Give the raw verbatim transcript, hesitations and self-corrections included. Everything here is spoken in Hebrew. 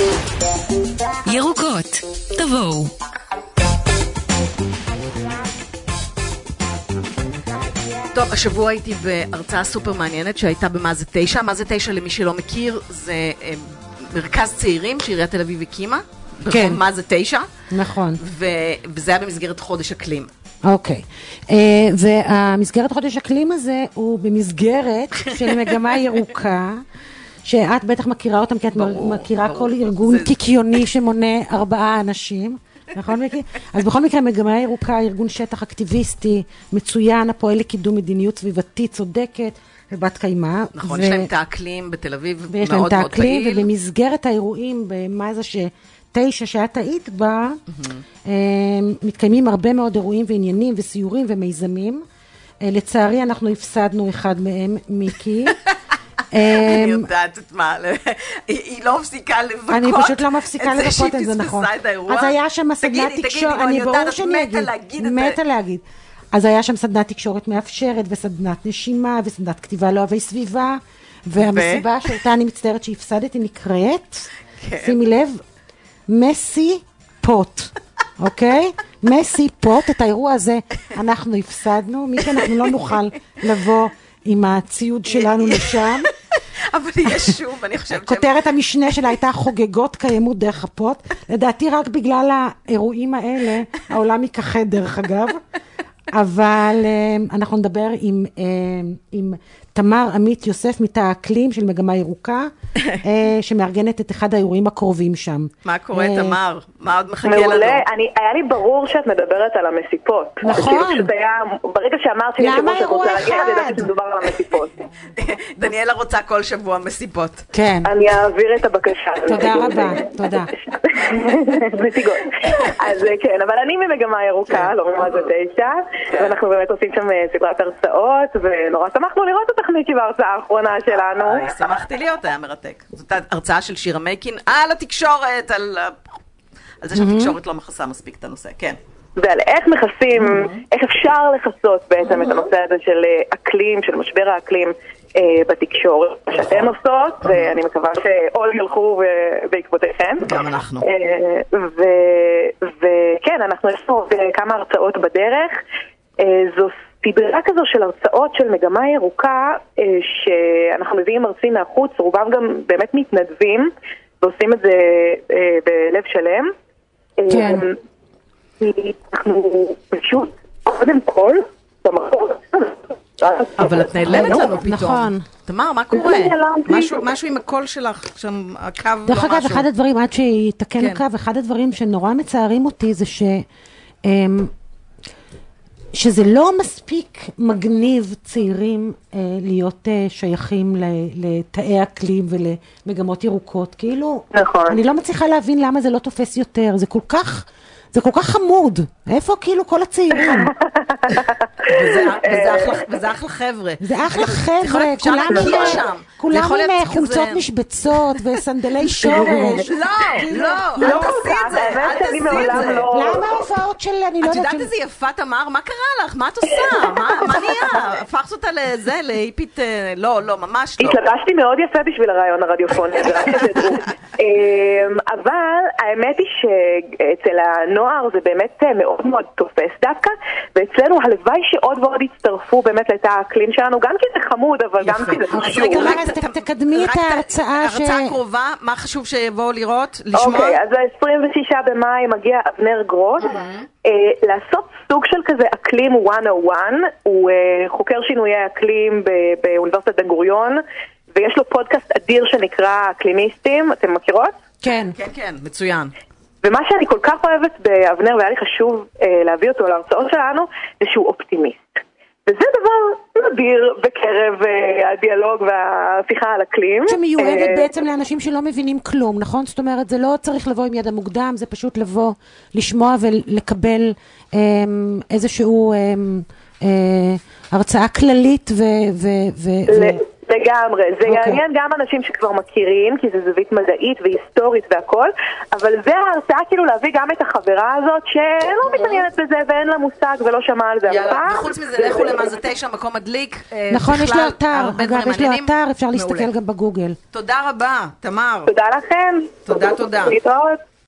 ירוקות, תבואו. טוב, השבוע הייתי בהרצאה סופר מעניינת שהייתה במה זה תשע. מה זה תשע, למי שלא מכיר, זה אה, מרכז צעירים שעיריית תל אביב הקימה. כן. מה זה תשע. נכון. ו- וזה היה במסגרת חודש אקלים. אוקיי. Uh, והמסגרת חודש אקלים הזה הוא במסגרת של מגמה ירוקה, שאת בטח מכירה אותם, כי את ברור, מכירה ברור. כל ארגון זה... קיקיוני שמונה ארבעה אנשים. נכון, מיקי? אז בכל מקרה, מגמה ירוקה, ארגון שטח אקטיביסטי, מצוין, הפועל לקידום מדיניות סביבתית, צודקת, ובת קיימה. נכון, ו... יש להם את האקלים בתל אביב ויש מאוד להם מאוד האקלים, פעיל. ובמסגרת האירועים, במה זה שתשע שאת היית בה, mm-hmm. מתקיימים הרבה מאוד אירועים ועניינים וסיורים ומיזמים. לצערי, אנחנו הפסדנו אחד מהם, מיקי. אני יודעת את מה, היא לא מפסיקה לבכות. אני פשוט לא מפסיקה לבכות את זה, נכון. אז היה שם סדנת תקשורת, אני ברור שאני אגיד, מתה להגיד. אז היה שם סדנת תקשורת מאפשרת, וסדנת נשימה, וסדנת כתיבה לאוהבי סביבה, והמסיבה שאותה אני מצטערת שהפסדתי נקראת, שימי לב, מסי פוט, אוקיי? מסי פוט, את האירוע הזה אנחנו הפסדנו, מי שאנחנו לא נוכל לבוא עם הציוד שלנו לשם. אבל יש שוב, אני חושבת... כותרת המשנה שלה הייתה חוגגות קיימות דרך הפוט. לדעתי רק בגלל האירועים האלה, העולם יכחד דרך אגב. אבל אנחנו נדבר עם, עם תמר עמית יוסף מתא האקלים של מגמה ירוקה, שמארגנת את אחד האירועים הקרובים שם. מה קורה, תמר? מה עוד מחכה לנו? מעולה, היה לי ברור שאת מדברת על המסיפות. נכון. ברגע שאמרת שיש שבוע שאת רוצה להגיע, זה ידעתי שמדובר על המסיפות. דניאלה רוצה כל שבוע מסיפות. כן. אני אעביר את הבקשה. תודה רבה, תודה. נציגות. אז כן, אבל אני ממגמה ירוקה, לא ממה זה תשע, ואנחנו באמת עושים שם סדרת הרצאות, ונורא שמחנו לראות אותך מיקי בהרצאה האחרונה שלנו. שמחתי להיות, היה מרתק. זאת הרצאה של שירה מייקין על התקשורת, על זה שהתקשורת לא מכסה מספיק את הנושא, כן. ועל איך מכסים, איך אפשר לכסות בעצם את הנושא הזה של אקלים, של משבר האקלים בתקשורת, שאתן עושות, ואני מקווה שעוד ילכו בעקבותיכם. גם אנחנו. וכן, אנחנו יש פה כמה הרצאות בדרך. זו סדרה כזו של הרצאות של מגמה ירוקה, שאנחנו מביאים מרצים מהחוץ, רובם גם באמת מתנדבים, ועושים את זה בלב שלם. כן. אנחנו פשוט, קודם כל, במחור. אבל את נעלמת לנו פתאום. נכון. תמר, מה קורה? משהו עם הקול שלך, שם הקו לא משהו. דרך אגב, אחד הדברים, עד שיתקן הקו, אחד הדברים שנורא מצערים אותי זה ש... שזה לא מספיק מגניב צעירים אה, להיות אה, שייכים לתאי אקלים ולמגמות ירוקות. כאילו, נכון. אני לא מצליחה להבין למה זה לא תופס יותר. זה כל כך, זה כל כך חמוד. איפה כאילו כל הצעירים? וזה אחלה חבר'ה. זה אחלה חבר'ה. כולם עם חולצות משבצות וסנדלי שורש. לא, לא, אל תעשי את זה. אל תעשי את זה. למה ההופעות של... את יודעת איזה יפה תמר? מה קרה לך? מה את עושה? מה נהיה? הפכת אותה לזה, להיפית... לא, לא, ממש לא. התלבשתי מאוד יפה בשביל הרעיון הרדיופוני. אבל האמת היא שאצל הנוער זה באמת מאוד מאוד תופס דווקא, ואצלנו הלוואי שעוד ועוד יצטרפו באמת לתא האקלים שלנו, גם כי זה חמוד, אבל גם כי זה חשוב. תקדמי את ההרצאה ש... הרצאה קרובה, מה חשוב שיבואו לראות, לשמוע? אוקיי, אז ה-עשרים ושישה במאי מגיע אבנר גרוס, לעשות סוג של כזה אקלים מאה ואחת, הוא חוקר שינויי אקלים באוניברסיטת בן גוריון, ויש לו פודקאסט אדיר שנקרא אקלימיסטים, אתם מכירות? כן. כן, כן, מצוין. ומה שאני כל כך אוהבת באבנר, והיה לי חשוב אה, להביא אותו להרצאות שלנו, זה שהוא אופטימיסט. וזה דבר נדיר בקרב אה, הדיאלוג והשיחה על אקלים. שמיועדת אה, בעצם לאנשים שלא מבינים כלום, נכון? זאת אומרת, זה לא צריך לבוא עם יד המוקדם, זה פשוט לבוא, לשמוע ולקבל אה, איזשהו אה, אה, הרצאה כללית ו... ו, ו, ו לגמרי, זה יעניין גם אנשים שכבר מכירים, כי זה זווית מדעית והיסטורית והכל, אבל זה ההרצאה כאילו להביא גם את החברה הזאת שלא מתעניינת בזה ואין לה מושג ולא שמעה על זה אף פעם. וחוץ מזה, לכו למה זה תשע, מקום מדליק. נכון, יש לו אתר, אגב, יש לו אתר, אפשר להסתכל גם בגוגל. תודה רבה, תמר. תודה לכם. תודה, תודה. להתראות.